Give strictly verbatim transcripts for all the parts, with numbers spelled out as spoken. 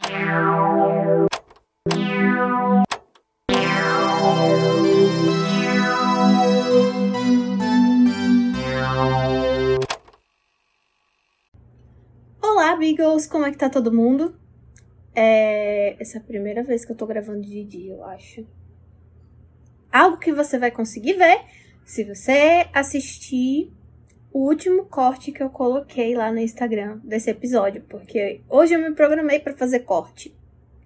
Olá, Beagles! Como é que tá todo mundo? É... Essa é a primeira vez que eu tô gravando de dia, eu acho. Algo que você vai conseguir ver se você assistir o último corte que eu coloquei lá no Instagram desse episódio, porque hoje eu me programei pra fazer corte.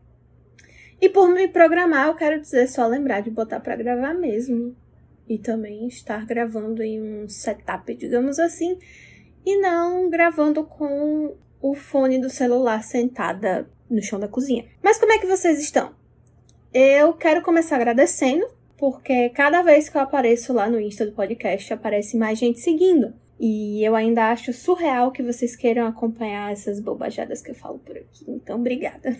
E por me programar, eu quero dizer só lembrar de botar pra gravar mesmo. E também estar gravando em um setup, digamos assim, e não gravando com o fone do celular sentada no chão da cozinha. Mas como é que vocês estão? Eu quero começar agradecendo, porque cada vez que eu apareço lá no Insta do podcast, aparece mais gente seguindo. E eu ainda acho surreal que vocês queiram acompanhar essas bobajadas que eu falo por aqui. Então, obrigada.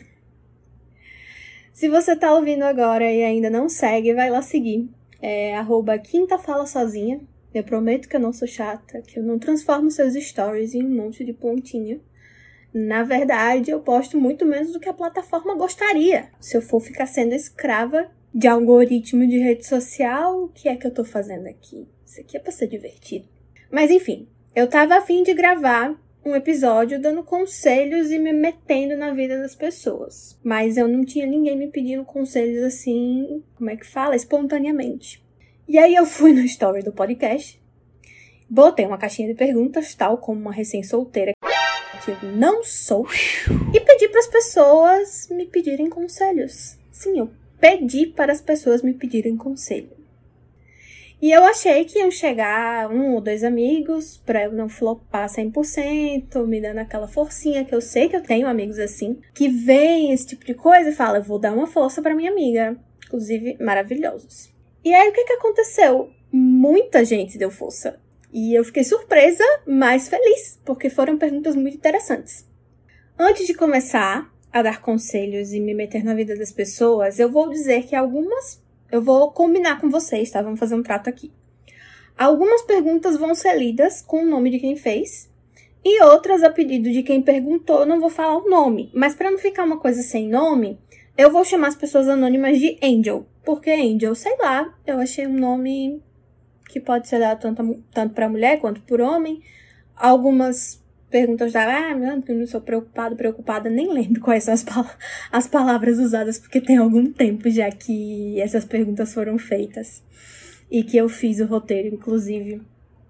Se você tá ouvindo agora e ainda não segue, vai lá seguir. É arroba Quinta Fala Sozinha. Eu prometo que eu não sou chata, que eu não transformo seus stories em um monte de pontinho. Na verdade, eu posto muito menos do que a plataforma gostaria. Se eu for ficar sendo escrava de algoritmo de rede social, o que é que eu tô fazendo aqui? Isso aqui é pra ser divertido. Mas enfim, eu tava a fim de gravar um episódio dando conselhos e me metendo na vida das pessoas. Mas eu não tinha ninguém me pedindo conselhos assim, como é que fala? Espontaneamente. E aí eu fui no story do podcast, botei uma caixinha de perguntas, tal como uma recém-solteira que eu não sou, e pedi para as pessoas me pedirem conselhos. Sim, eu pedi para as pessoas me pedirem conselho. E eu achei que iam chegar um ou dois amigos, pra eu não flopar cem por cento, me dando aquela forcinha, que eu sei que eu tenho amigos assim, que veem esse tipo de coisa e falam, eu vou dar uma força pra minha amiga. Inclusive, maravilhosos. E aí, o que que aconteceu? Muita gente deu força. E eu fiquei surpresa, mas feliz, porque foram perguntas muito interessantes. Antes de começar a dar conselhos e me meter na vida das pessoas, eu vou dizer que algumas... Eu vou combinar com vocês, tá? Vamos fazer um trato aqui. Algumas perguntas vão ser lidas com o nome de quem fez. E outras, a pedido de quem perguntou, eu não vou falar o nome. Mas para não ficar uma coisa sem nome, eu vou chamar as pessoas anônimas de Angel. Porque Angel, sei lá, eu achei um nome que pode ser dado tanto, tanto para mulher quanto por homem. Algumas perguntas da ah, não, porque eu não sou preocupado, preocupada, nem lembro quais são as, pal- as palavras usadas, porque tem algum tempo já que essas perguntas foram feitas. E que eu fiz o roteiro, inclusive.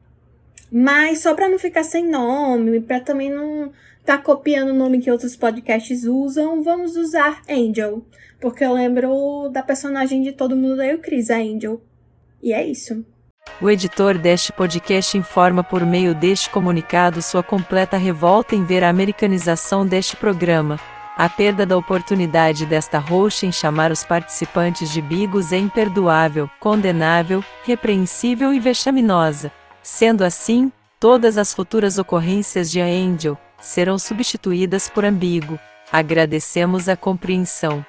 Mas só pra não ficar sem nome, pra também não tá copiando o nome que outros podcasts usam, vamos usar Angel. Porque eu lembro da personagem de Todo Mundo Odeia o Chris, a Angel. E é isso. O editor deste podcast informa por meio deste comunicado sua completa revolta em ver a americanização deste programa. A perda da oportunidade desta host em chamar os participantes de Beagles é imperdoável, condenável, repreensível e vexaminosa. Sendo assim, todas as futuras ocorrências de Angel serão substituídas por Ambigo. Agradecemos a compreensão.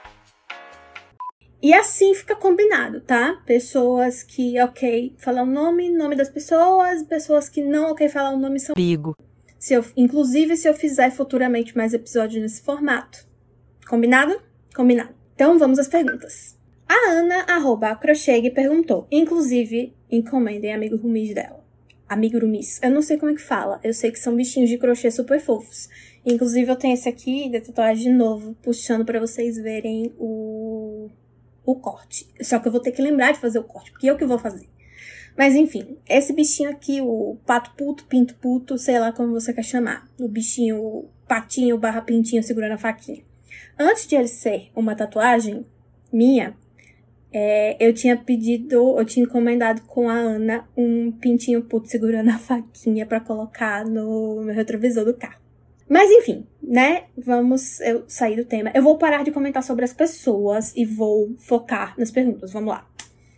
E assim fica combinado, tá? Pessoas que, ok, falar o nome, nome das pessoas, pessoas que não, ok, falar o nome são Ambigo. Se eu, inclusive, se eu fizer futuramente mais episódios nesse formato. Combinado? Combinado. Então, vamos às perguntas. A Ana, arroba, crocheg, perguntou. Inclusive, encomendem amigo rumis dela. Amigo rumis. Eu não sei como é que fala. Eu sei que são bichinhos de crochê super fofos. Inclusive, eu tenho esse aqui, da tatuagem de novo, puxando pra vocês verem o... o corte. Só que eu vou ter que lembrar de fazer o corte, porque eu que vou fazer. Mas enfim, esse bichinho aqui, o pato puto, pinto puto, sei lá como você quer chamar. O bichinho, o patinho barra pintinho segurando a faquinha. Antes de ele ser uma tatuagem minha, é, eu tinha pedido, eu tinha encomendado com a Ana um pintinho puto segurando a faquinha pra colocar no meu retrovisor do carro. Mas enfim, né, vamos eu sair do tema. Eu vou parar de comentar sobre as pessoas e vou focar nas perguntas, vamos lá.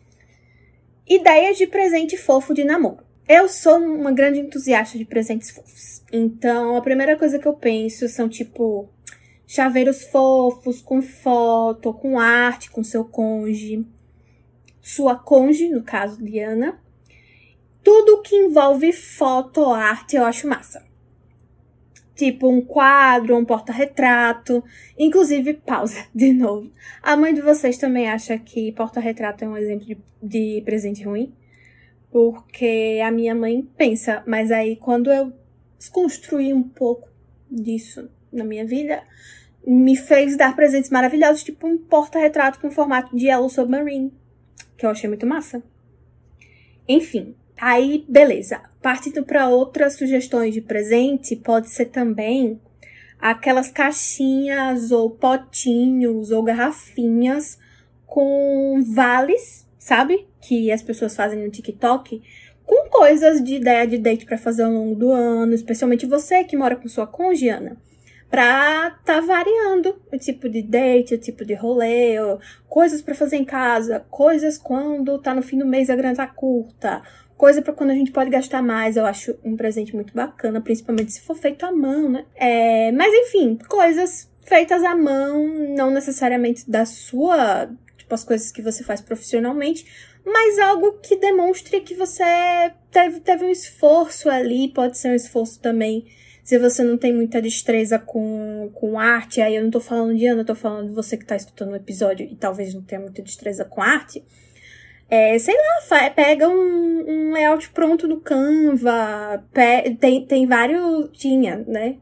Ideias de presente fofo de namoro. Eu sou uma grande entusiasta de presentes fofos. Então, a primeira coisa que eu penso são, tipo, chaveiros fofos, com foto, com arte, com seu cônjuge. Sua cônjuge, no caso, Liana. Tudo que envolve foto ou arte eu acho massa. Tipo um quadro, um porta-retrato. Inclusive, pausa, de novo. A mãe de vocês também acha que porta-retrato é um exemplo de, de presente ruim? Porque a minha mãe pensa, mas aí quando eu desconstruí um pouco disso na minha vida, me fez dar presentes maravilhosos, tipo um porta-retrato com formato de Yellow Submarine, que eu achei muito massa. Enfim, aí beleza. Partindo para outras sugestões de presente, pode ser também aquelas caixinhas ou potinhos ou garrafinhas com vales, sabe? Que as pessoas fazem no TikTok, com coisas de ideia de date para fazer ao longo do ano, especialmente você que mora com sua cônjuge, Ana, pra tá variando o tipo de date, o tipo de rolê, coisas para fazer em casa, coisas quando tá no fim do mês a grana tá curta, coisa pra quando a gente pode gastar mais. Eu acho um presente muito bacana, principalmente se for feito à mão, né? É, mas enfim, coisas feitas à mão, não necessariamente da sua, tipo, as coisas que você faz profissionalmente, mas algo que demonstre que você teve, teve um esforço ali. Pode ser um esforço também se você não tem muita destreza com, com arte. Aí eu não tô falando de Ana, eu tô falando de você que tá escutando o episódio e talvez não tenha muita destreza com arte. É, sei lá, pega um, um layout pronto no Canva, pe, tem, tem vários, tinha, né?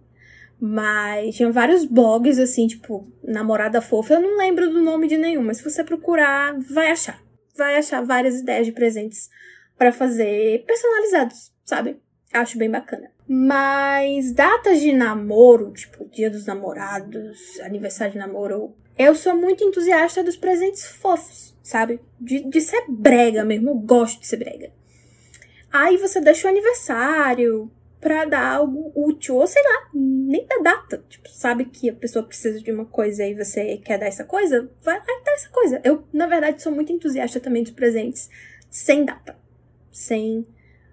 Mas tinha vários blogs, assim, tipo, Namorada Fofa. Eu não lembro do nome de nenhum, mas se você procurar, vai achar. Vai achar várias ideias de presentes pra fazer personalizados, sabe? Acho bem bacana. Mas datas de namoro, tipo, Dia dos Namorados, aniversário de namoro, eu sou muito entusiasta dos presentes fofos, sabe? De, de ser brega mesmo, eu gosto de ser brega. Aí você deixa o aniversário pra dar algo útil, ou sei lá, nem da data. Tipo, sabe que a pessoa precisa de uma coisa e você quer dar essa coisa? Vai lá e dá essa coisa. Eu, na verdade, sou muito entusiasta também dos presentes sem data. Sem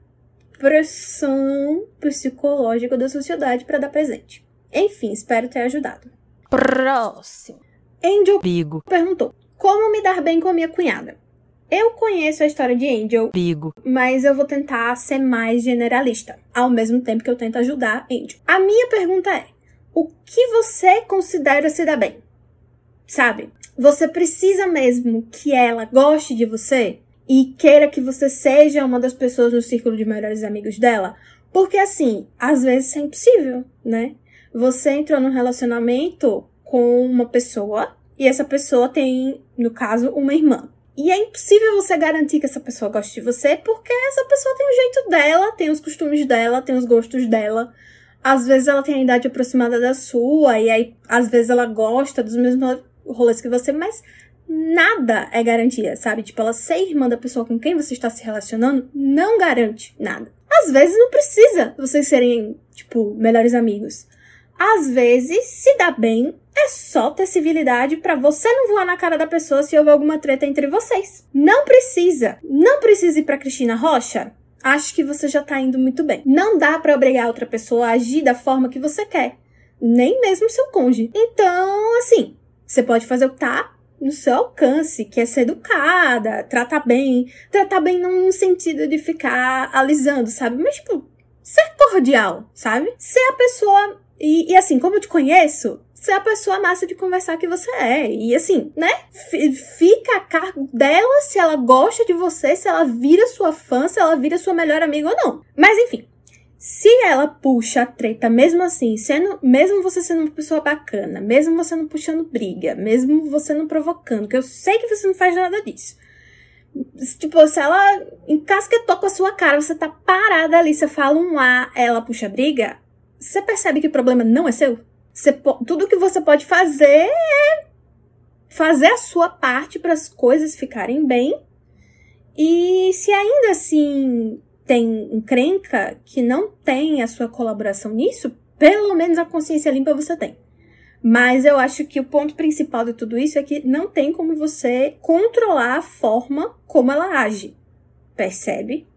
pressão psicológica da sociedade pra dar presente. Enfim, espero ter ajudado. Próximo. Angel Bigo. perguntou: como me dar bem com a minha cunhada? Eu conheço a história de Angel, Bigo. mas eu vou tentar ser mais generalista, ao mesmo tempo que eu tento ajudar Angel. A minha pergunta é: o que você considera se dar bem? Sabe? Você precisa mesmo que ela goste de você e queira que você seja uma das pessoas no círculo de melhores amigos dela? Porque assim, às vezes é impossível, né? Você entrou num relacionamento com uma pessoa e essa pessoa tem, no caso, uma irmã. E é impossível você garantir que essa pessoa goste de você, porque essa pessoa tem o jeito dela, tem os costumes dela, tem os gostos dela. Às vezes ela tem a idade aproximada da sua, e aí às vezes ela gosta dos mesmos rolês que você, mas nada é garantia, sabe? Tipo, ela ser irmã da pessoa com quem você está se relacionando não garante nada. Às vezes não precisa vocês serem, tipo, melhores amigos. Às vezes, se dá bem, é só ter civilidade pra você não voar na cara da pessoa se houver alguma treta entre vocês. Não precisa. Não precisa ir pra Cristina Rocha. Acho que você já tá indo muito bem. Não dá pra obrigar outra pessoa a agir da forma que você quer. Nem mesmo seu cônjuge. Então, assim, você pode fazer o que tá no seu alcance, que é ser educada, tratar bem. Tratar bem não no sentido de ficar alisando, sabe? Mas, tipo, ser cordial, sabe? Ser a pessoa... E, e assim, como eu te conheço, você é a pessoa massa de conversar que você é. E assim, né? F- fica a cargo dela se ela gosta de você, se ela vira sua fã, se ela vira sua melhor amiga ou não. Mas enfim, se ela puxa a treta mesmo assim, sendo, mesmo você sendo uma pessoa bacana, mesmo você não puxando briga, mesmo você não provocando, que eu sei que você não faz nada disso. Tipo, se ela encasquetou com a sua cara, você tá parada ali, você fala um A, ela puxa briga... Você percebe que o problema não é seu? Você, tudo que você pode fazer é fazer a sua parte para as coisas ficarem bem. E se ainda assim tem encrenca que não tem a sua colaboração nisso, pelo menos a consciência limpa você tem. Mas eu acho que o ponto principal de tudo isso é que não tem como você controlar a forma como ela age. Percebe?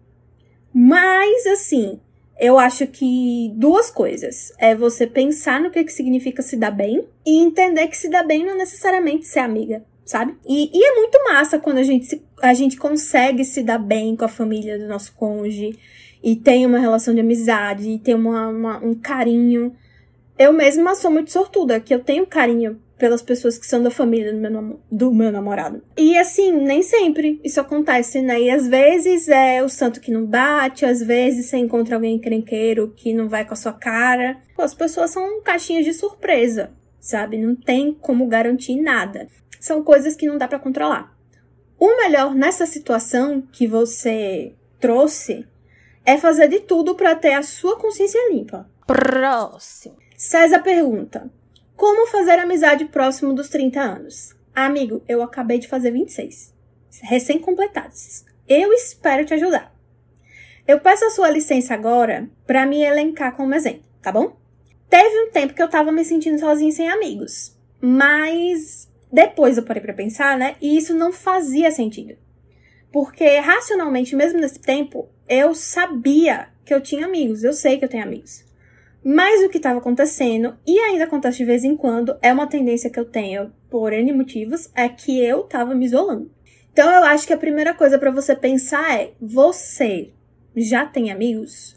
Mas, assim... Eu acho que duas coisas. É você pensar no que, que significa se dar bem e entender que se dar bem não é necessariamente ser amiga, sabe? E, e é muito massa quando a gente, se, a gente consegue se dar bem com a família do nosso cônjuge e tem uma relação de amizade e tem uma, uma, um carinho Eu mesma sou muito sortuda, que eu tenho carinho pelas pessoas que são da família do meu, nam- do meu namorado. E assim, nem sempre isso acontece, né? E às vezes é o santo que não bate, às vezes você encontra alguém encrenqueiro que não vai com a sua cara. Pô, as pessoas são caixinhas de surpresa, sabe? Não tem como garantir nada. São coisas que não dá pra controlar. O melhor nessa situação que você trouxe é fazer de tudo pra ter a sua consciência limpa. Próximo. César pergunta: como fazer amizade próximo dos trinta anos? Amigo, eu acabei de fazer vinte e seis. Recém-completados. Eu espero te ajudar. Eu peço a sua licença agora pra me elencar como exemplo, tá bom? Teve um tempo que eu tava me sentindo sozinha e sem amigos. Mas depois eu parei pra pensar, né? E isso não fazia sentido. Porque racionalmente, mesmo nesse tempo, eu sabia que eu tinha amigos. Eu sei que eu tenho amigos. Mas o que estava acontecendo, e ainda acontece de vez em quando, é uma tendência que eu tenho por N motivos, é que eu estava me isolando. Então eu acho que a primeira coisa para você pensar é: você já tem amigos?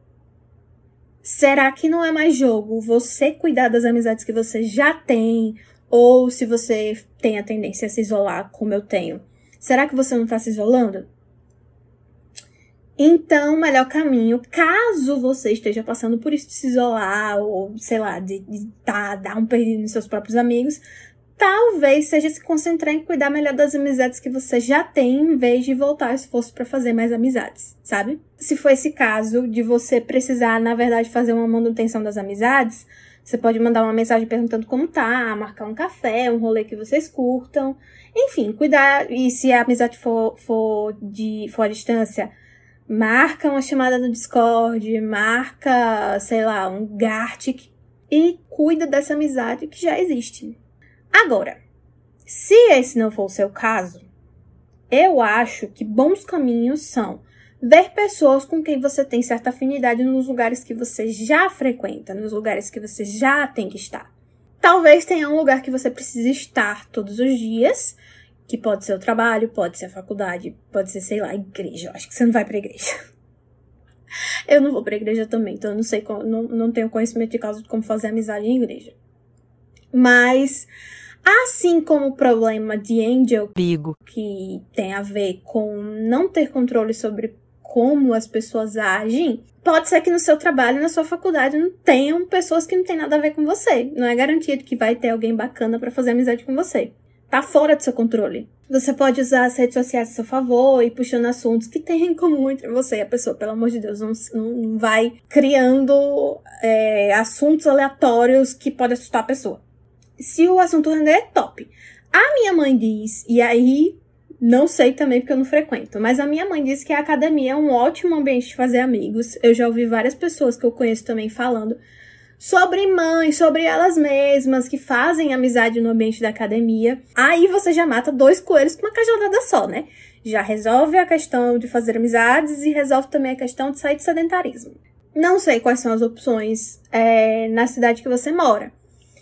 Será que não é mais jogo você cuidar das amizades que você já tem? Ou se você tem a tendência a se isolar, como eu tenho, será que você não está se isolando? Então, o melhor caminho, caso você esteja passando por isso de se isolar, ou, sei lá, de, de tá, dar um perdido nos seus próprios amigos, talvez seja se concentrar em cuidar melhor das amizades que você já tem, em vez de voltar o esforço para fazer mais amizades, sabe? Se for esse caso de você precisar, na verdade, fazer uma manutenção das amizades, você pode mandar uma mensagem perguntando como tá, marcar um café, um rolê que vocês curtam, enfim, cuidar. E se a amizade for, for, de, for à distância, marca uma chamada no Discord, marca, sei lá, um Gartic e cuida dessa amizade que já existe. Agora, se esse não for o seu caso, eu acho que bons caminhos são ver pessoas com quem você tem certa afinidade nos lugares que você já frequenta, nos lugares que você já tem que estar. Talvez tenha um lugar que você precise estar todos os dias, que pode ser o trabalho, pode ser a faculdade, pode ser, sei lá, a igreja. Eu acho que você não vai pra igreja. Eu não vou pra igreja também, então eu não sei, não, não tenho conhecimento de causa de como fazer amizade em igreja. Mas, assim como o problema de Angel, Bigo, que tem a ver com não ter controle sobre como as pessoas agem, pode ser que no seu trabalho, na sua faculdade, não tenham pessoas que não tem nada a ver com você. Não é garantido que vai ter alguém bacana pra fazer amizade com você. Tá fora do seu controle. Você pode usar as redes sociais a seu favor e puxando assuntos que tem em comum entre você e a pessoa. Pelo amor de Deus, não, não vai criando é, assuntos aleatórios que podem assustar a pessoa. Se o assunto render, é top. A minha mãe diz, e aí não sei também porque eu não frequento, mas a minha mãe diz que a academia é um ótimo ambiente de fazer amigos. Eu já ouvi várias pessoas que eu conheço também falando sobre mães, sobre elas mesmas, que fazem amizade no ambiente da academia. Aí você já mata dois coelhos com uma cajadada só, né? Já resolve a questão de fazer amizades e resolve também a questão de sair do sedentarismo. Não sei quais são as opções é, na cidade que você mora,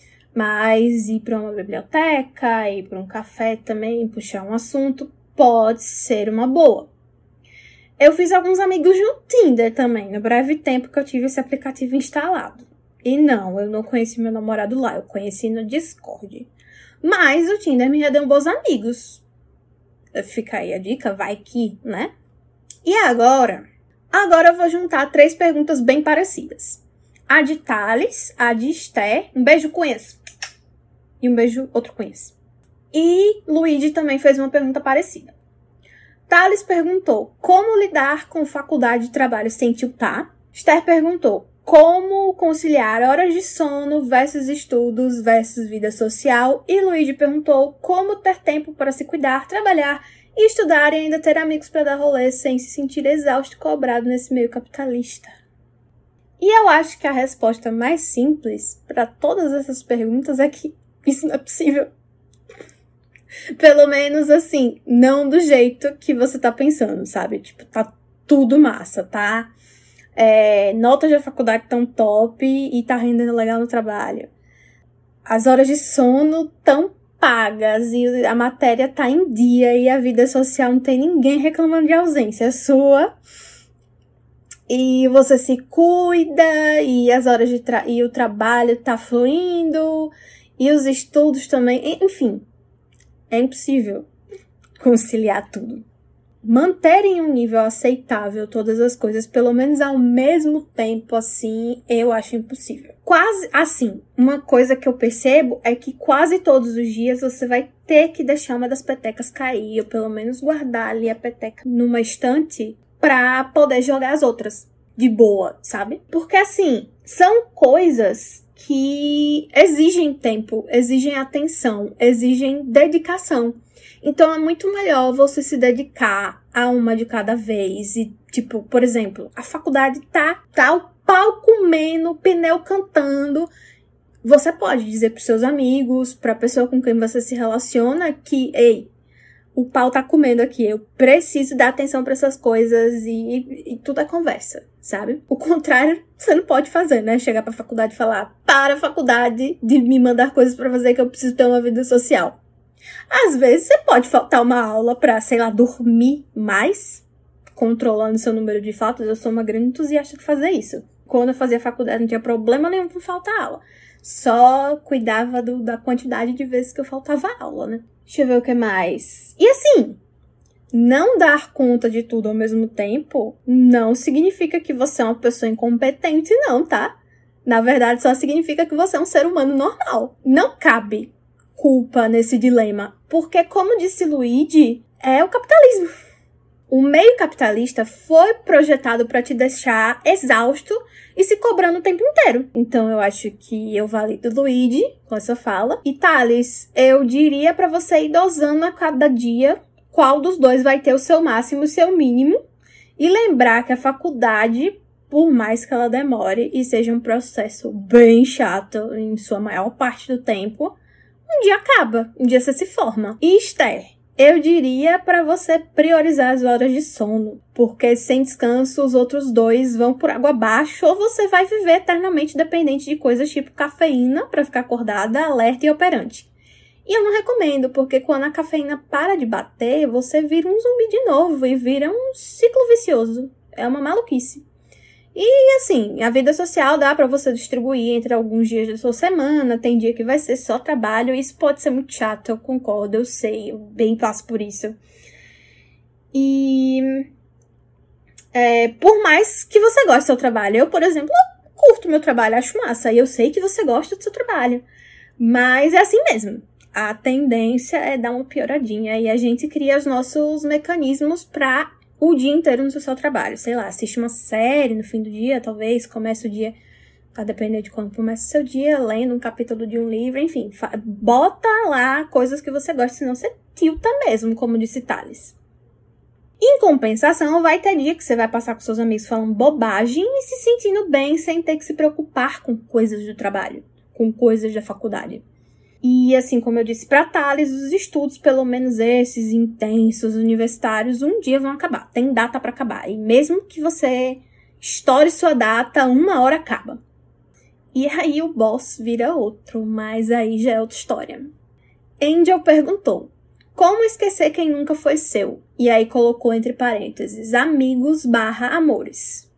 mas ir para uma biblioteca, ir para um café também, puxar um assunto, pode ser uma boa. Eu fiz alguns amigos no Tinder também, no breve tempo que eu tive esse aplicativo instalado. E não, eu não conheci meu namorado lá, eu conheci no Discord. Mas o Tinder me deu bons amigos. Fica aí a dica, vai que, né? E agora? Agora eu vou juntar três perguntas bem parecidas. A de Thales, a de Esther, um beijo Cunhas. E um beijo outro Cunhas. E Luigi também fez uma pergunta parecida. Thales perguntou como lidar com faculdade e trabalho sem tiltar. Esther perguntou como conciliar horas de sono versus estudos versus vida social. E Luigi perguntou como ter tempo para se cuidar, trabalhar e estudar e ainda ter amigos para dar rolê sem se sentir exausto e cobrado nesse meio capitalista. E eu acho que a resposta mais simples para todas essas perguntas é que isso não é possível. Pelo menos assim, não do jeito que você tá pensando, sabe? Tipo, tá tudo massa, tá? É, notas da faculdade tão top e tá rendendo legal no trabalho. As horas de sono tão pagas e a matéria tá em dia e a vida social não tem ninguém reclamando de ausência sua. e você se cuida, e as horas de tra- e o trabalho tá fluindo, e os estudos também, enfim, é impossível conciliar tudo. Manter em um nível aceitável todas as coisas, pelo menos ao mesmo tempo, assim, eu acho impossível. Quase, assim, uma coisa que eu percebo é que quase todos os dias você vai ter que deixar uma das petecas cair, ou pelo menos guardar ali a peteca numa estante pra poder jogar as outras de boa, sabe? Porque, assim, são coisas que exigem tempo, exigem atenção, exigem dedicação. Então, é muito melhor você se dedicar a uma de cada vez. E, tipo, por exemplo, a faculdade tá, tá o pau comendo, o pneu cantando. Você pode dizer pros seus amigos, pra pessoa com quem você se relaciona que, ei, o pau tá comendo aqui, eu preciso dar atenção pra essas coisas e, e tudo é conversa, sabe? O contrário, você não pode fazer, né? Chegar pra faculdade e falar, para a faculdade de me mandar coisas pra fazer que eu preciso ter uma vida social. Às vezes você pode faltar uma aula pra, sei lá, dormir mais, controlando seu número de faltas. Eu sou uma grande entusiasta de fazer isso. Quando eu fazia faculdade não tinha problema nenhum com faltar aula. Só cuidava do, da quantidade de vezes que eu faltava aula, né? Deixa eu ver o que mais. E assim, não dar conta de tudo ao mesmo tempo não significa que você é uma pessoa incompetente, não, tá? Na verdade, só significa que você é um ser humano normal. Não cabe culpa nesse dilema, porque, como disse Luigi, é o capitalismo. O meio capitalista foi projetado para te deixar exausto e se cobrando o tempo inteiro. Então, eu acho que eu valido Luigi com essa fala. E, Thales, eu diria para você ir dosando a cada dia qual dos dois vai ter o seu máximo e o seu mínimo. E lembrar que a faculdade, por mais que ela demore e seja um processo bem chato em sua maior parte do tempo, um dia acaba, um dia você se forma. E, Esther, eu diria para você priorizar as horas de sono, porque sem descanso os outros dois vão por água abaixo, ou você vai viver eternamente dependente de coisas tipo cafeína para ficar acordada, alerta e operante. E eu não recomendo, porque quando a cafeína para de bater, você vira um zumbi de novo e vira um ciclo vicioso. É uma maluquice. E, assim, a vida social dá pra você distribuir entre alguns dias da sua semana. Tem dia que vai ser só trabalho. Isso pode ser muito chato, eu concordo, eu sei. Eu bem passo por isso. E... É, por mais que você goste do seu trabalho. Eu, por exemplo, eu curto meu trabalho, acho massa. E eu sei que você gosta do seu trabalho. Mas é assim mesmo. A tendência é dar uma pioradinha. E a gente cria os nossos mecanismos pra o dia inteiro no seu trabalho. Sei lá, assiste uma série no fim do dia, talvez, começa o dia, a depender de quando começa o seu dia, lendo um capítulo de um livro, enfim, bota lá coisas que você gosta, senão você tilta mesmo, como disse Thales. Em compensação, vai ter dia que você vai passar com seus amigos falando bobagem e se sentindo bem sem ter que se preocupar com coisas do trabalho, com coisas da faculdade. E assim como eu disse para Thales, os estudos, pelo menos esses intensos universitários, um dia vão acabar. Tem data para acabar. E mesmo que você estoure sua data, uma hora acaba. E aí o boss vira outro, mas aí já é outra história. Angel perguntou, como esquecer quem nunca foi seu? E aí colocou entre parênteses, amigos barra amores.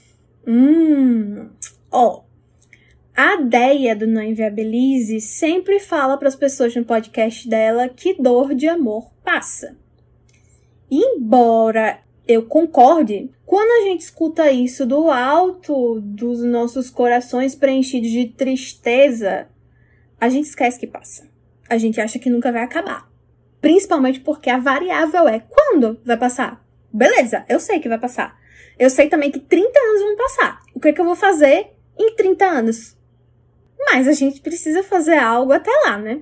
Hum, ó. A Deia do Não Inviabilize sempre fala para as pessoas no podcast dela que dor de amor passa. E embora eu concorde, quando a gente escuta isso do alto dos nossos corações preenchidos de tristeza, a gente esquece que passa. A gente acha que nunca vai acabar. Principalmente porque a variável é quando vai passar. Beleza, eu sei que vai passar. Eu sei também que trinta anos vão passar. O que é que eu vou fazer em trinta anos? Mas a gente precisa fazer algo até lá, né?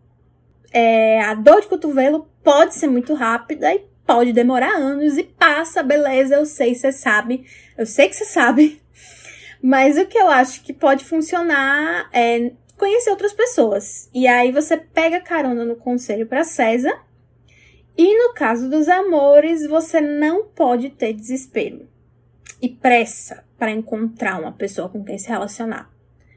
É, a dor de cotovelo pode ser muito rápida e pode demorar anos e passa, beleza, eu sei, você sabe. Eu sei que você sabe. Mas o que eu acho que pode funcionar é conhecer outras pessoas. E aí você pega carona no conselho para César. E no caso dos amores, você não pode ter desespero e pressa para encontrar uma pessoa com quem se relacionar.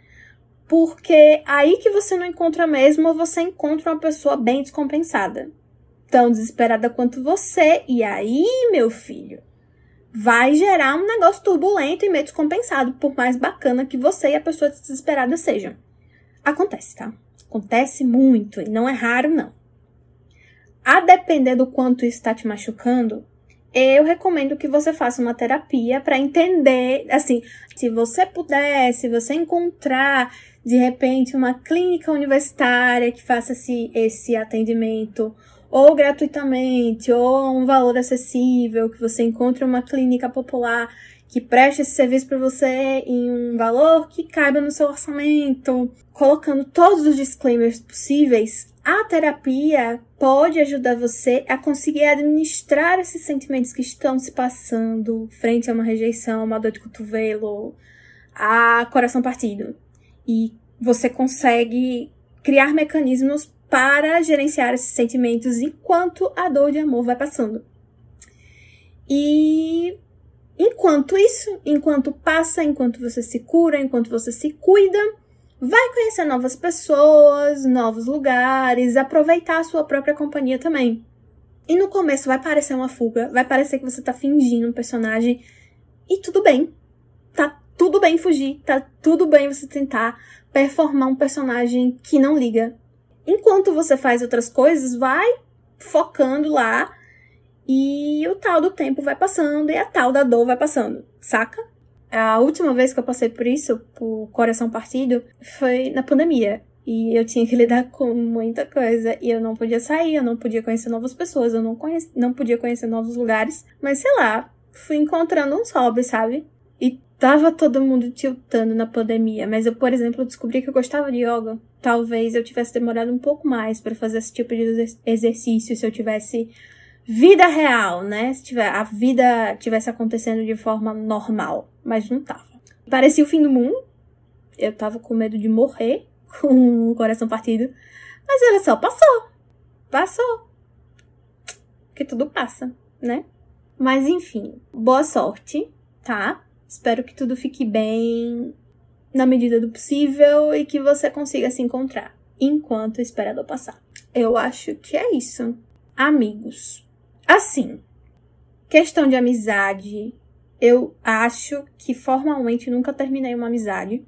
Porque aí que você não encontra mesmo, você encontra uma pessoa bem descompensada. Tão desesperada quanto você. E aí, meu filho, vai gerar um negócio turbulento e meio descompensado, por mais bacana que você e a pessoa desesperada sejam. Acontece, tá? Acontece muito e não é raro, não. A depender do quanto isso está te machucando, eu recomendo que você faça uma terapia para entender, assim, se você puder, se você encontrar, de repente, uma clínica universitária que faça esse, esse atendimento, ou gratuitamente, ou a um valor acessível, que você encontre uma clínica popular que preste esse serviço para você em um valor que caiba no seu orçamento, colocando todos os disclaimers possíveis, a terapia pode ajudar você a conseguir administrar esses sentimentos que estão se passando frente a uma rejeição, uma dor de cotovelo, a coração partido. E você consegue criar mecanismos para gerenciar esses sentimentos enquanto a dor de amor vai passando. E enquanto isso, enquanto passa, enquanto você se cura, enquanto você se cuida, vai conhecer novas pessoas, novos lugares, aproveitar a sua própria companhia também. E no começo vai parecer uma fuga, vai parecer que você tá fingindo um personagem, e tudo bem. Tá tudo bem fugir, tá tudo bem você tentar performar um personagem que não liga. Enquanto você faz outras coisas, vai focando lá, e o tal do tempo vai passando, e a tal da dor vai passando, saca? A última vez que eu passei por isso, por coração partido, foi na pandemia. E eu tinha que lidar com muita coisa. E eu não podia sair, eu não podia conhecer novas pessoas, eu não, conheci, não podia conhecer novos lugares. Mas sei lá, fui encontrando uns hobbies, sabe? E tava todo mundo tiltando na pandemia. Mas eu, por exemplo, descobri que eu gostava de yoga. Talvez eu tivesse demorado um pouco mais pra fazer esse tipo de exercício se eu tivesse vida real, né? Se tiver, a vida tivesse acontecendo de forma normal. Mas não tava. Parecia o fim do mundo. Eu tava com medo de morrer com o coração partido. Mas olha só, passou. Passou. Porque tudo passa, né? Mas enfim, boa sorte, tá? Espero que tudo fique bem na medida do possível e que você consiga se encontrar enquanto espera a dor passar. Eu acho que é isso. Amigos. Assim, questão de amizade, eu acho que formalmente nunca terminei uma amizade,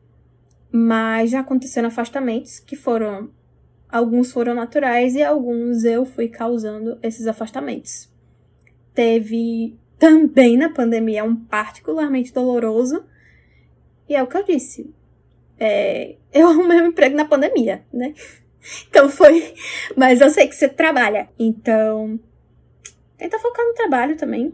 mas já aconteceram afastamentos que foram, alguns foram naturais e alguns eu fui causando esses afastamentos. Teve também na pandemia um particularmente doloroso, e é o que eu disse, é, eu arrumei um emprego na pandemia, né? Então foi, mas eu sei que você trabalha, então tenta focar no trabalho também.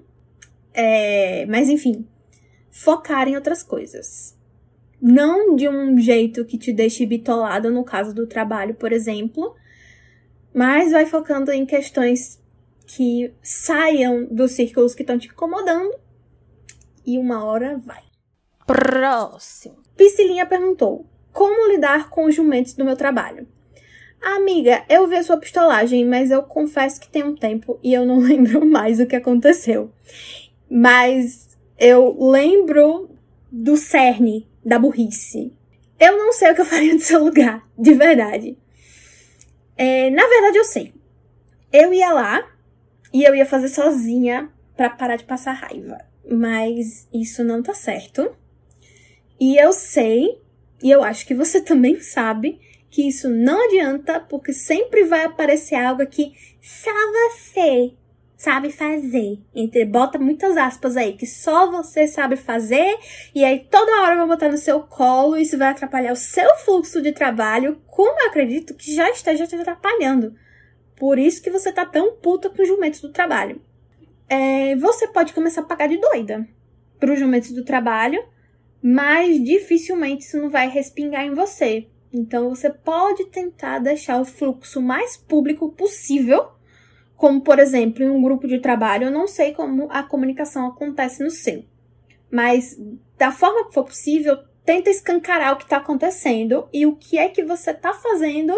É, mas enfim, focar em outras coisas. Não de um jeito que te deixe bitolado no caso do trabalho, por exemplo, mas vai focando em questões que saiam dos círculos que estão te incomodando e uma hora vai. Próximo. Piscilinha perguntou: como lidar com os jumentos do meu trabalho? Amiga, eu vi a sua pistolagem, mas eu confesso que tem um tempo e eu não lembro mais o que aconteceu. Mas eu lembro do cerne da burrice. Eu não sei o que eu faria no seu lugar, de verdade. É, na verdade, eu sei. Eu ia lá e eu ia fazer sozinha pra parar de passar raiva. Mas isso não tá certo. E eu sei, e eu acho que você também sabe, que isso não adianta, porque sempre vai aparecer algo que só você sabe fazer. Entre, bota muitas aspas aí, que só você sabe fazer, e aí toda hora vai botar no seu colo, e isso vai atrapalhar o seu fluxo de trabalho, como eu acredito que já esteja te atrapalhando. Por isso que você tá tão puta com os jumentos do trabalho. É, você pode começar a pagar de doida pros jumentos do trabalho, mas dificilmente isso não vai respingar em você. Então, você pode tentar deixar o fluxo mais público possível, como, por exemplo, em um grupo de trabalho. Eu não sei como a comunicação acontece no seu, mas da forma que for possível, tenta escancarar o que está acontecendo e o que é que você está fazendo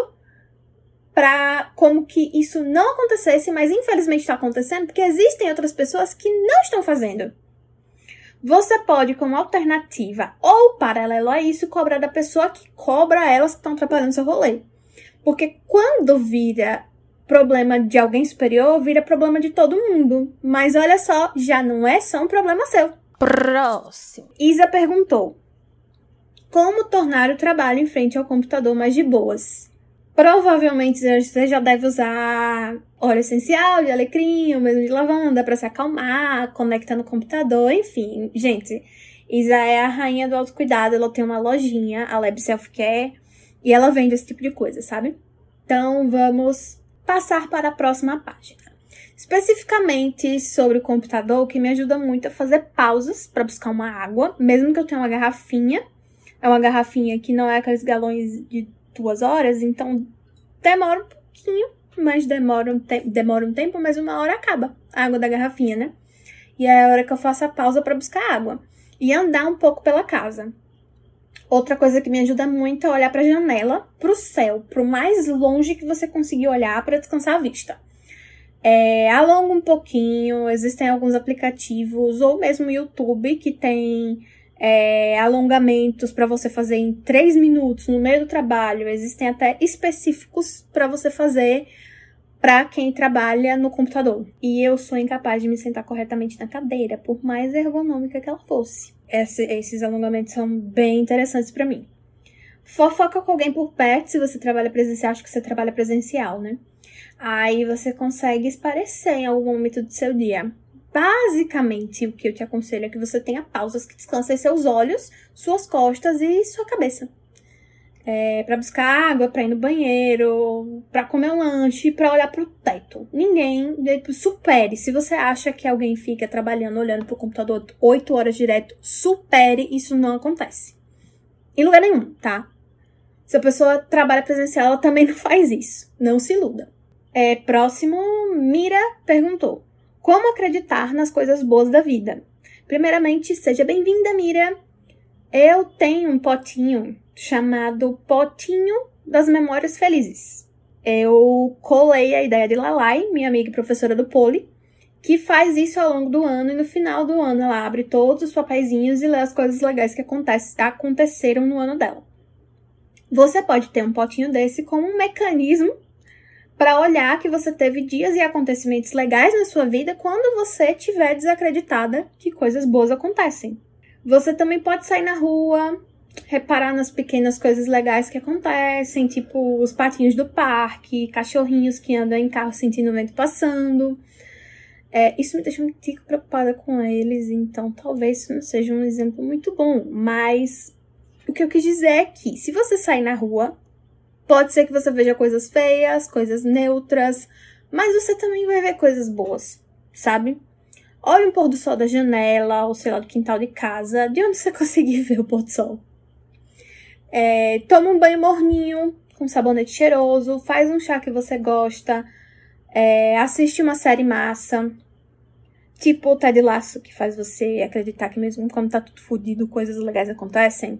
para como que isso não acontecesse, mas infelizmente está acontecendo, porque existem outras pessoas que não estão fazendo. Você pode, como alternativa ou paralelo a isso, cobrar da pessoa que cobra elas que estão atrapalhando seu rolê. Porque quando vira problema de alguém superior, vira problema de todo mundo. Mas olha só, já não é só um problema seu. Próximo. Isa perguntou: como tornar o trabalho em frente ao computador mais de boas? Provavelmente você já deve usar óleo essencial de alecrim, ou mesmo de lavanda para se acalmar, conecta no computador, enfim. Gente, Isa é a rainha do autocuidado, ela tem uma lojinha, a Lab Self Care, e ela vende esse tipo de coisa, sabe? Então, vamos passar para a próxima página. Especificamente sobre o computador, o que me ajuda muito é fazer pausas para buscar uma água, mesmo que eu tenha uma garrafinha. É uma garrafinha que não é aqueles galões de duas horas, então demora um pouquinho, mas demora um, te- demora um tempo, mas uma hora acaba a água da garrafinha, né? E é a hora que eu faço a pausa para buscar água. E andar um pouco pela casa. Outra coisa que me ajuda muito é olhar para a janela, para o céu, para o mais longe que você conseguir olhar para descansar a vista. É, alonga um pouquinho, existem alguns aplicativos, ou mesmo o YouTube, que tem é, alongamentos para você fazer em três minutos no meio do trabalho. Existem até específicos para você fazer para quem trabalha no computador. E eu sou incapaz de me sentar corretamente na cadeira, por mais ergonômica que ela fosse. Esse, esses alongamentos são bem interessantes para mim. Fofoca com alguém por perto, se você trabalha presencial, acho que você trabalha presencial, né? Aí você consegue esparecer em algum momento do seu dia. Basicamente, o que eu te aconselho é que você tenha pausas que descansem seus olhos, suas costas e sua cabeça. É, pra buscar água, pra ir no banheiro, pra comer um lanche, pra olhar pro teto. Ninguém, supere. Se você acha que alguém fica trabalhando, olhando pro computador oito horas direto, supere, isso não acontece. Em lugar nenhum, tá? Se a pessoa trabalha presencial, ela também não faz isso. Não se iluda. É, próximo, Mira perguntou: como acreditar nas coisas boas da vida? Primeiramente, seja bem-vinda, Mira. Eu tenho um potinho chamado Potinho das Memórias Felizes. Eu colei a ideia de Lalai, minha amiga e professora do Poli, que faz isso ao longo do ano, e no final do ano ela abre todos os papeizinhos e lê as coisas legais que acontece, aconteceram no ano dela. Você pode ter um potinho desse como um mecanismo para olhar que você teve dias e acontecimentos legais na sua vida quando você estiver desacreditada que coisas boas acontecem. Você também pode sair na rua, reparar nas pequenas coisas legais que acontecem, tipo os patinhos do parque, cachorrinhos que andam em carro sentindo o vento passando. É, isso me deixa muito preocupada com eles, então talvez isso não seja um exemplo muito bom. Mas o que eu quis dizer é que, se você sair na rua, pode ser que você veja coisas feias, coisas neutras, mas você também vai ver coisas boas, sabe? Olha um pôr do sol da janela, ou sei lá, do quintal de casa, de onde você conseguir ver o pôr do sol. É, toma um banho morninho, com sabonete cheiroso, faz um chá que você gosta, é, assiste uma série massa, tipo o Ted Lasso, que faz você acreditar que mesmo quando tá tudo fodido, coisas legais acontecem.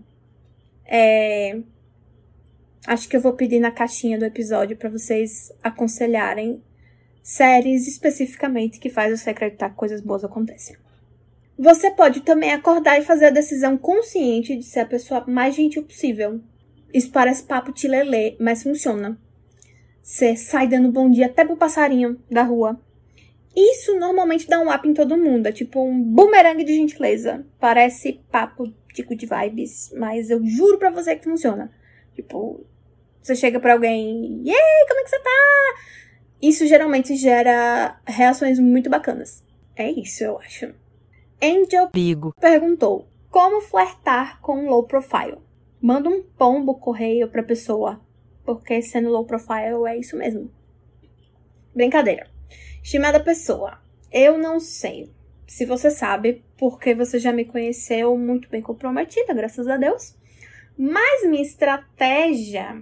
É, acho que eu vou pedir na caixinha do episódio pra vocês aconselharem séries especificamente que faz você acreditar que coisas boas acontecem. Você pode também acordar e fazer a decisão consciente de ser a pessoa mais gentil possível. Isso parece papo tilelê, mas funciona. Você sai dando bom dia até pro passarinho da rua. Isso normalmente dá um up em todo mundo. É tipo um bumerangue de gentileza. Parece papo tico de vibes, mas eu juro pra você que funciona. Tipo, você chega pra alguém: e aí, como é que você tá? Isso geralmente gera reações muito bacanas. É isso, eu acho. Angel Bigo perguntou: como flertar com low profile? Manda um pombo correio pra pessoa, porque sendo low profile é isso mesmo. Brincadeira. Estimada pessoa, eu não sei se você sabe, porque você já me conheceu muito bem comprometida, graças a Deus. Mas minha estratégia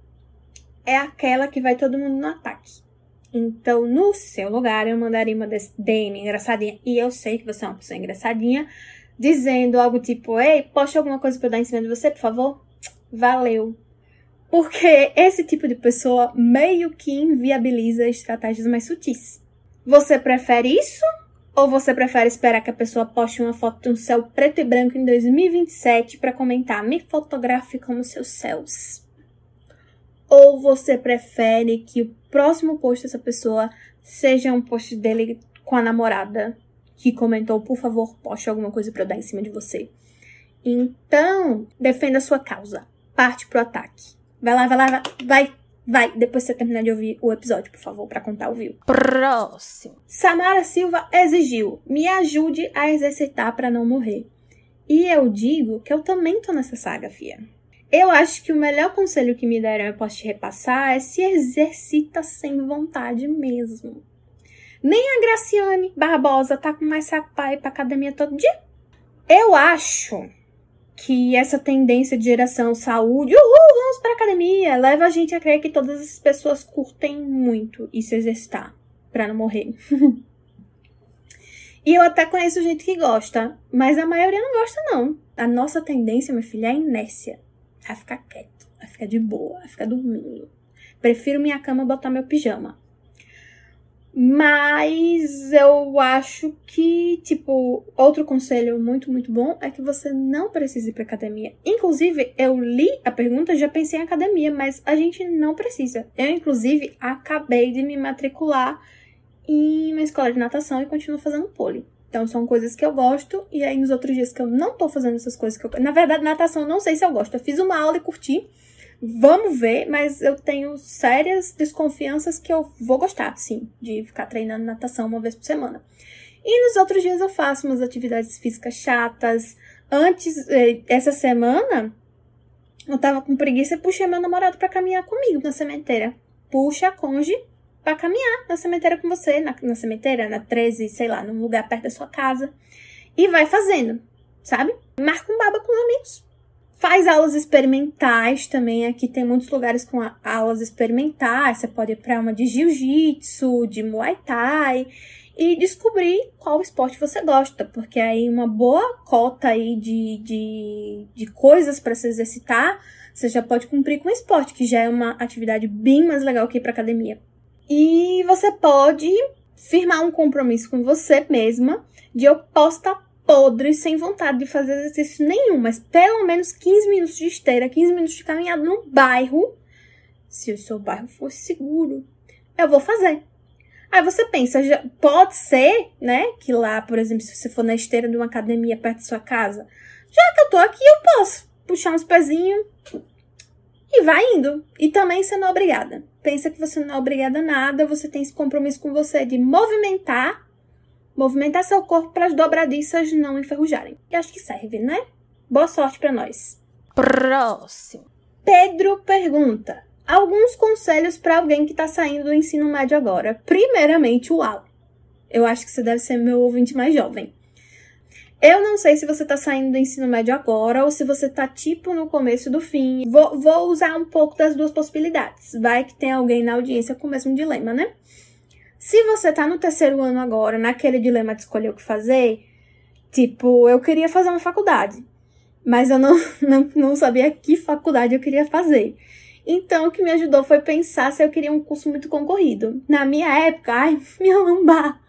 é aquela que vai todo mundo no ataque. Então, no seu lugar, eu mandaria uma D M engraçadinha, e eu sei que você é uma pessoa engraçadinha, dizendo algo tipo: ei, poste alguma coisa pra eu dar em cima de você, por favor? Valeu. Porque esse tipo de pessoa meio que inviabiliza estratégias mais sutis. Você prefere isso? Ou você prefere esperar que a pessoa poste uma foto de um céu preto e branco em dois mil e vinte e sete pra comentar: me fotografe como seus céus? Ou você prefere que o próximo post dessa pessoa seja um post dele com a namorada que comentou, por favor, poste alguma coisa pra eu dar em cima de você. Então, defenda a sua causa. Parte pro ataque. Vai lá, vai lá, vai, vai, vai. Depois você terminar de ouvir o episódio, por favor, pra contar o view. Próximo. Samara Silva exigiu, me ajude a exercitar pra não morrer. E eu digo que eu também tô nessa saga, fia. Eu acho que o melhor conselho que me deram, eu posso te repassar, é se exercita sem vontade mesmo. Nem a Graciane Barbosa tá com mais saco pra ir pra academia todo dia. Eu acho que essa tendência de geração saúde, uhul, vamos pra academia, leva a gente a crer que todas as pessoas curtem muito e se exercitar pra não morrer. E eu até conheço gente que gosta, mas a maioria não gosta não. A nossa tendência, minha filha, é a inércia. A ficar quieto, a ficar de boa, a ficar dormindo. Prefiro minha cama botar meu pijama. Mas eu acho que, tipo, outro conselho muito, muito bom é que você não precisa ir pra academia. Inclusive, eu li a pergunta, já pensei em academia, mas a gente não precisa. Eu, inclusive, acabei de me matricular em uma escola de natação e continuo fazendo pole. Então, são coisas que eu gosto, e aí nos outros dias que eu não tô fazendo essas coisas que eu... Na verdade, natação, não sei se eu gosto. Eu fiz uma aula e curti. Vamos ver, mas eu tenho sérias desconfianças que eu vou gostar, sim, de ficar treinando natação uma vez por semana. E nos outros dias eu faço umas atividades físicas chatas. Antes, essa semana, eu tava com preguiça e puxei meu namorado pra caminhar comigo na sementeira. Puxa a cônjuge pra caminhar na sementeira com você, na, na sementeira, na treze, sei lá, num lugar perto da sua casa. E vai fazendo, sabe? Marca um baba com os amigos. Faz aulas experimentais também. Aqui tem muitos lugares com aulas experimentais. Você pode ir para uma de jiu-jitsu, de muay thai e descobrir qual esporte você gosta. Porque aí uma boa cota aí de, de, de coisas para se exercitar, você já pode cumprir com o esporte, que já é uma atividade bem mais legal que ir para academia. E você pode firmar um compromisso com você mesma de eu posso estar podre, sem vontade de fazer exercício nenhum, mas pelo menos quinze minutos de esteira, quinze minutos de caminhada no bairro, se o seu bairro for seguro, eu vou fazer. Aí você pensa, já, pode ser, né, que lá, por exemplo, se você for na esteira de uma academia perto da sua casa, já que eu tô aqui, eu posso puxar uns pezinhos e vai indo. E também você não é obrigada. Pensa que você não é obrigada a nada, você tem esse compromisso com você de movimentar Movimentar seu corpo para as dobradiças não enferrujarem. E acho que serve, né? Boa sorte para nós. Próximo. Pedro pergunta. Alguns conselhos para alguém que está saindo do ensino médio agora. Primeiramente, uau. Eu acho que você deve ser meu ouvinte mais jovem. Eu não sei se você está saindo do ensino médio agora ou se você está tipo no começo do fim. Vou, vou usar um pouco das duas possibilidades. Vai que tem alguém na audiência com o mesmo dilema, né? Se você tá no terceiro ano agora, naquele dilema de escolher o que fazer, tipo, eu queria fazer uma faculdade, mas eu não, não, não sabia que faculdade eu queria fazer. Então, o que me ajudou foi pensar se eu queria um curso muito concorrido. Na minha época, ai, minha lombar,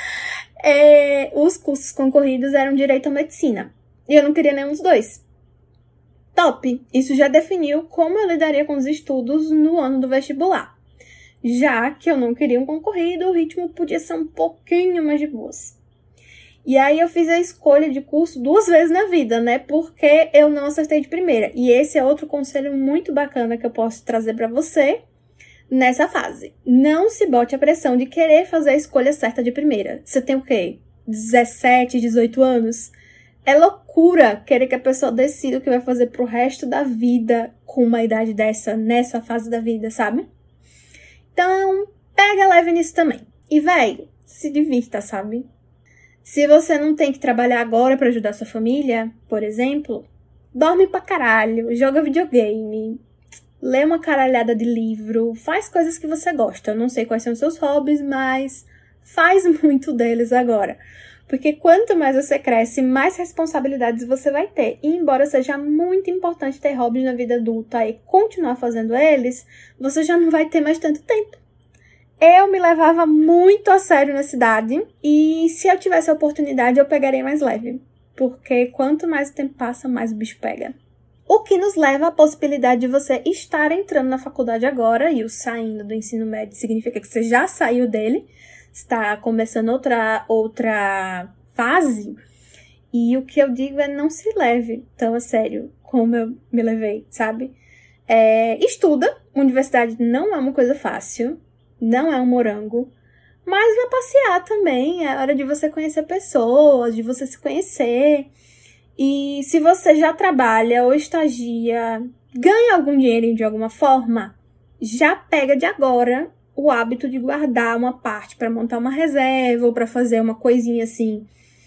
é, os cursos concorridos eram direito ou medicina, e eu não queria nenhum dos dois. Top! Isso já definiu como eu lidaria com os estudos no ano do vestibular. Já que eu não queria um concorrido, o ritmo podia ser um pouquinho mais de boas. E aí eu fiz a escolha de curso duas vezes na vida, né? Porque eu não acertei de primeira. E esse é outro conselho muito bacana que eu posso trazer pra você nessa fase. Não se bote a pressão de querer fazer a escolha certa de primeira. Você tem o quê? dezessete, dezoito anos? É loucura querer que a pessoa decida o que vai fazer pro resto da vida com uma idade dessa, nessa fase da vida, sabe? Então, pega leve nisso também. E, véi, se divirta, sabe? Se você não tem que trabalhar agora pra ajudar sua família, por exemplo, dorme pra caralho, joga videogame, lê uma caralhada de livro, faz coisas que você gosta. Eu não sei quais são os seus hobbies, mas faz muito deles agora. Porque quanto mais você cresce, mais responsabilidades você vai ter. E embora seja muito importante ter hobbies na vida adulta e continuar fazendo eles, você já não vai ter mais tanto tempo. Eu me levava muito a sério na cidade e se eu tivesse a oportunidade, eu pegaria mais leve. Porque quanto mais o tempo passa, mais o bicho pega. O que nos leva à possibilidade de você estar entrando na faculdade agora, e o saindo do ensino médio significa que você já saiu dele, está começando outra, outra fase, e o que eu digo é não se leve tão a sério como eu me levei, sabe? É, estuda, universidade não é uma coisa fácil, não é um morango, mas vai passear também, é hora de você conhecer pessoas, de você se conhecer. E se você já trabalha ou estagia, ganha algum dinheiro de alguma forma, já pega de agora o hábito de guardar uma parte para montar uma reserva ou para fazer uma coisinha assim.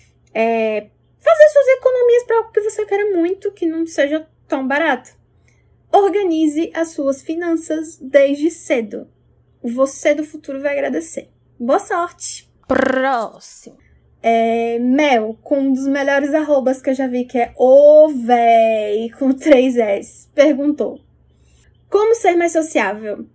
É, fazer suas economias para algo que você queira muito, que não seja tão barato. Organize as suas finanças desde cedo. Você do futuro vai agradecer. Boa sorte! Próximo! É, Mel, com um dos melhores arrobas que eu já vi, que é o véi, com três S, perguntou: como ser mais sociável?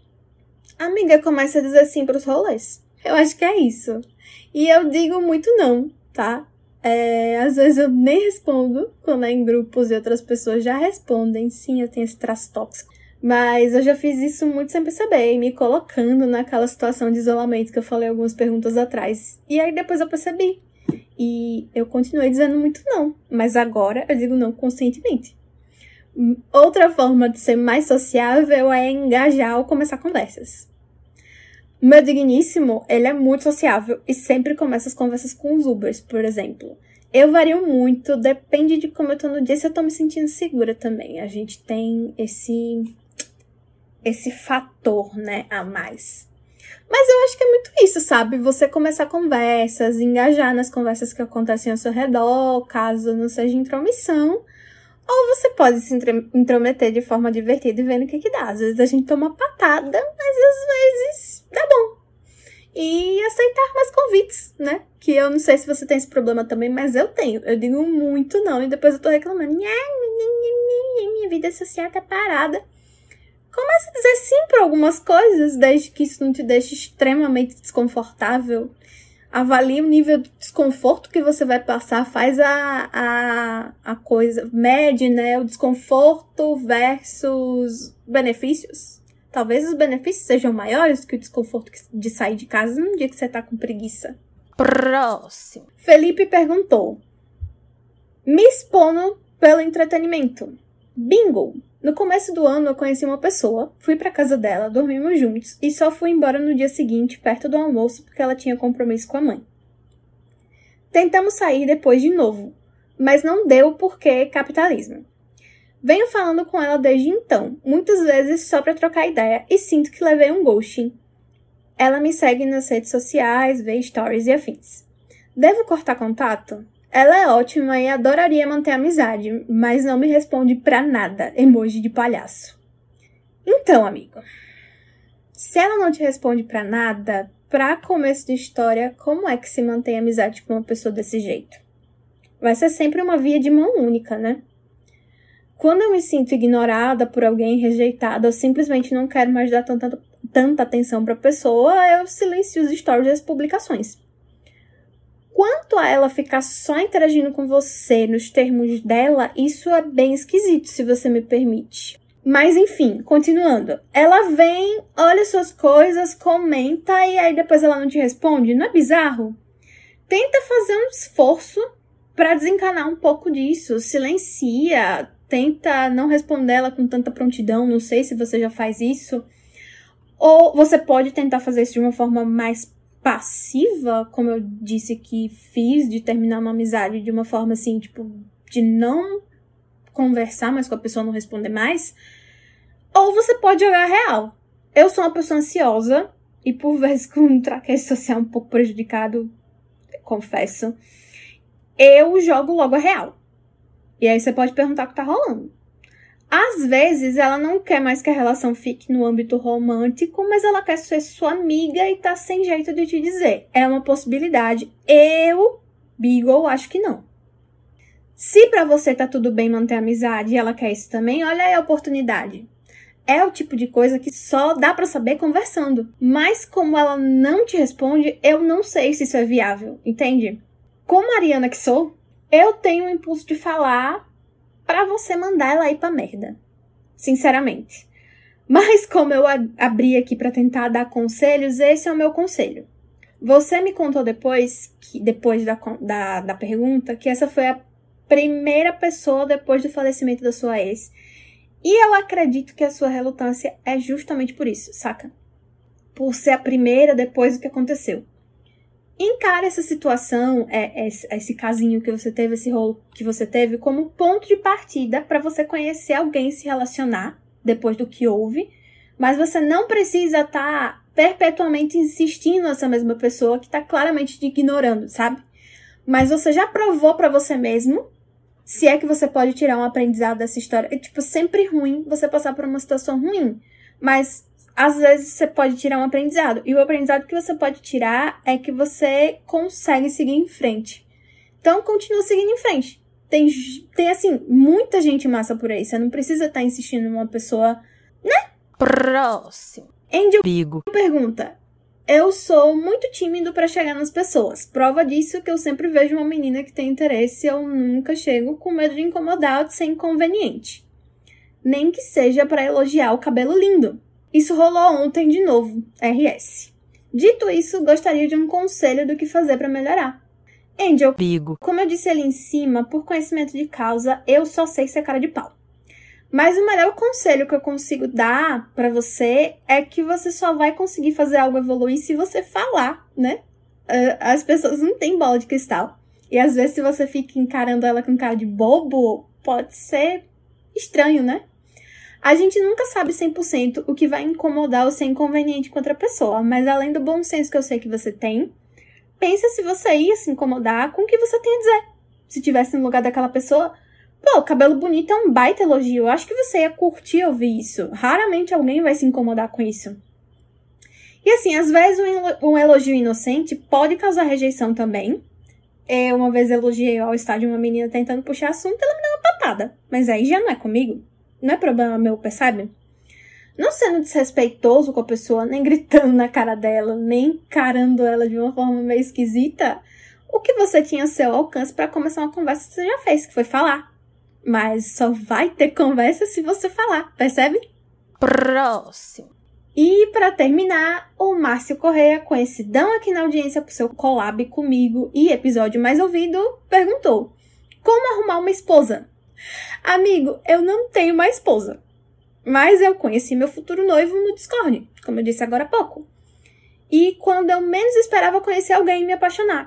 Amiga, começa a dizer sim pros rolês. Eu acho que é isso. E eu digo muito não, tá? É, às vezes eu nem respondo quando é em grupos e outras pessoas já respondem. Sim, eu tenho esse traço tóxico. Mas eu já fiz isso muito sem perceber, me colocando naquela situação de isolamento que eu falei algumas perguntas atrás. E aí depois eu percebi. E eu continuei dizendo muito não. Mas agora eu digo não conscientemente. Outra forma de ser mais sociável é engajar ou começar conversas. Meu digníssimo, ele é muito sociável e sempre começa as conversas com os Ubers, por exemplo. Eu vario muito, depende de como eu tô no dia, se eu tô me sentindo segura também. A gente tem esse... esse fator, né, a mais. Mas eu acho que é muito isso, sabe? Você começar conversas, engajar nas conversas que acontecem ao seu redor, caso não seja intromissão. Ou você pode se intrometer de forma divertida e vendo o que que dá. Às vezes a gente toma patada, mas às vezes dá bom. E aceitar mais convites, né? Que eu não sei se você tem esse problema também, mas eu tenho. Eu digo muito não e depois eu tô reclamando. Minha vida social tá parada. Comece a dizer sim para algumas coisas, desde que isso não te deixe extremamente desconfortável. Avalie o nível de desconforto que você vai passar, faz a, a, a coisa, mede, né, o desconforto versus benefícios. Talvez os benefícios sejam maiores que o desconforto de sair de casa num dia que você tá com preguiça. Próximo. Felipe perguntou: me expondo pelo entretenimento. Bingo! No começo do ano, eu conheci uma pessoa, fui pra casa dela, dormimos juntos e só fui embora no dia seguinte, perto do almoço, porque ela tinha compromisso com a mãe. Tentamos sair depois de novo, mas não deu porque capitalismo. Venho falando com ela desde então, muitas vezes só pra trocar ideia, e sinto que levei um ghosting. Ela me segue nas redes sociais, vê stories e afins. Devo cortar contato? Ela é ótima e adoraria manter a amizade, mas não me responde pra nada, emoji de palhaço. Então, amigo, se ela não te responde pra nada, pra começo de história, como é que se mantém amizade com uma pessoa desse jeito? Vai ser sempre uma via de mão única, né? Quando eu me sinto ignorada por alguém, rejeitada, ou simplesmente não quero mais dar tanta, tanta atenção pra pessoa, eu silencio os stories e as publicações. Quanto a ela ficar só interagindo com você nos termos dela, isso é bem esquisito, se você me permite. Mas enfim, continuando. Ela vem, olha suas coisas, comenta e aí depois ela não te responde. Não é bizarro? Tenta fazer um esforço pra desencanar um pouco disso. Silencia, tenta não responder ela com tanta prontidão. Não sei se você já faz isso. Ou você pode tentar fazer isso de uma forma mais passiva, como eu disse que fiz, de terminar uma amizade de uma forma assim, tipo, de não conversar mais com a pessoa, não responder mais. Ou você pode jogar real. Eu sou uma pessoa ansiosa e por vezes com um traquejo social um pouco prejudicado, confesso, eu jogo logo a real. E aí você pode perguntar o que tá rolando. Às vezes, ela não quer mais que a relação fique no âmbito romântico, mas ela quer ser sua amiga e tá sem jeito de te dizer. É uma possibilidade. Eu, Beagle, acho que não. Se pra você tá tudo bem manter a amizade e ela quer isso também, olha aí a oportunidade. É o tipo de coisa que só dá pra saber conversando. Mas como ela não te responde, eu não sei se isso é viável, entende? Como Ariana que sou, eu tenho o impulso de falar pra você mandar ela ir pra merda. Sinceramente. Mas como eu abri aqui pra tentar dar conselhos, esse é o meu conselho. Você me contou depois, que, depois da, da, da pergunta, que essa foi a primeira pessoa depois do falecimento da sua ex. E eu acredito que a sua relutância é justamente por isso, saca? Por ser a primeira depois do que aconteceu. Encara essa situação, é, esse, esse casinho que você teve, esse rolo que você teve, como ponto de partida para você conhecer alguém e se relacionar depois do que houve. Mas você não precisa estar tá perpetuamente insistindo nessa mesma pessoa que está claramente te ignorando, sabe? Mas você já provou para você mesmo, se é que você pode tirar um aprendizado dessa história. É, tipo, sempre ruim você passar por uma situação ruim. Mas, às vezes, você pode tirar um aprendizado. E o aprendizado que você pode tirar é que você consegue seguir em frente. Então, continua seguindo em frente. Tem, tem assim, muita gente massa por aí. Você não precisa estar insistindo numa pessoa, né? Próximo. Angel Bigo. pergunta: eu sou muito tímido pra chegar nas pessoas. Prova disso que eu sempre vejo uma menina que tem interesse e eu nunca chego, com medo de incomodar ou de ser inconveniente. Nem que seja pra elogiar o cabelo lindo. Isso rolou ontem de novo. R S. Dito isso, gostaria de um conselho do que fazer pra melhorar. Angel, Bigo. Como eu disse ali em cima, por conhecimento de causa, eu só sei ser cara de pau. Mas o melhor conselho que eu consigo dar pra você é que você só vai conseguir fazer algo evoluir se você falar, né? As pessoas não têm bola de cristal. E às vezes se você fica encarando ela com cara de bobo, pode ser estranho, né? A gente nunca sabe cem por cento o que vai incomodar ou ser inconveniente com outra pessoa. Mas além do bom senso que eu sei que você tem, pensa se você ia se incomodar com o que você tem a dizer. Se tivesse no lugar daquela pessoa... Pô, cabelo bonito é um baita elogio. Eu acho que você ia curtir ouvir isso. Raramente alguém vai se incomodar com isso. E assim, às vezes um elogio inocente pode causar rejeição também. Eu uma vez elogiei ao estádio uma menina tentando puxar assunto e ela me deu uma patada. Mas aí já não é comigo. Não é problema meu, percebe? Não sendo desrespeitoso com a pessoa, nem gritando na cara dela, nem encarando ela de uma forma meio esquisita, o que você tinha a seu alcance para começar uma conversa você já fez, que foi falar. Mas só vai ter conversa se você falar, percebe? Próximo. E para terminar, o Márcio Correia, conhecidão aqui na audiência por seu collab comigo e episódio mais ouvido, perguntou: como arrumar uma esposa? Amigo, eu não tenho uma esposa, mas eu conheci meu futuro noivo no Discord, como eu disse agora há pouco. E quando eu menos esperava conhecer alguém e me apaixonar.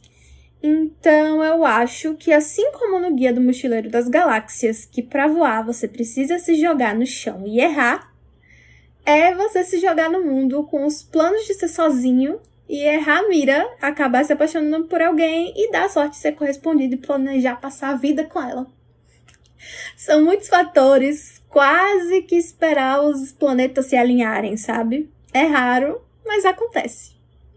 Então, eu acho que assim como no Guia do Mochileiro das Galáxias, que pra voar você precisa se jogar no chão e errar, é você se jogar no mundo com os planos de ser sozinho e errar a mira, acabar se apaixonando por alguém e dar a sorte de ser correspondido e planejar passar a vida com ela. São muitos fatores, quase que esperar os planetas se alinharem, sabe? É raro, mas acontece.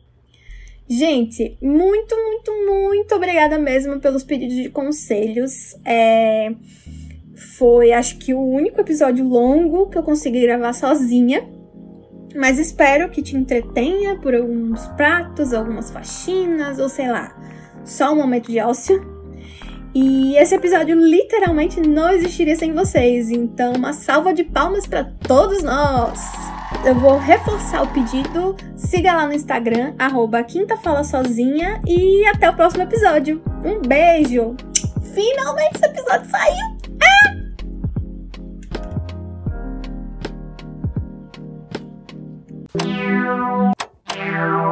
Gente, muito, muito, muito obrigada mesmo pelos pedidos de conselhos. É... Foi, acho que, o único episódio longo que eu consegui gravar sozinha. Mas espero que te entretenha por alguns pratos, algumas faxinas, ou sei lá, só um momento de ócio. E esse episódio literalmente não existiria sem vocês. Então, uma salva de palmas para todos nós! Eu vou reforçar o pedido. Siga lá no Instagram, arroba Quinta Fala Sozinha. E até o próximo episódio. Um beijo! Finalmente esse episódio saiu! Ah!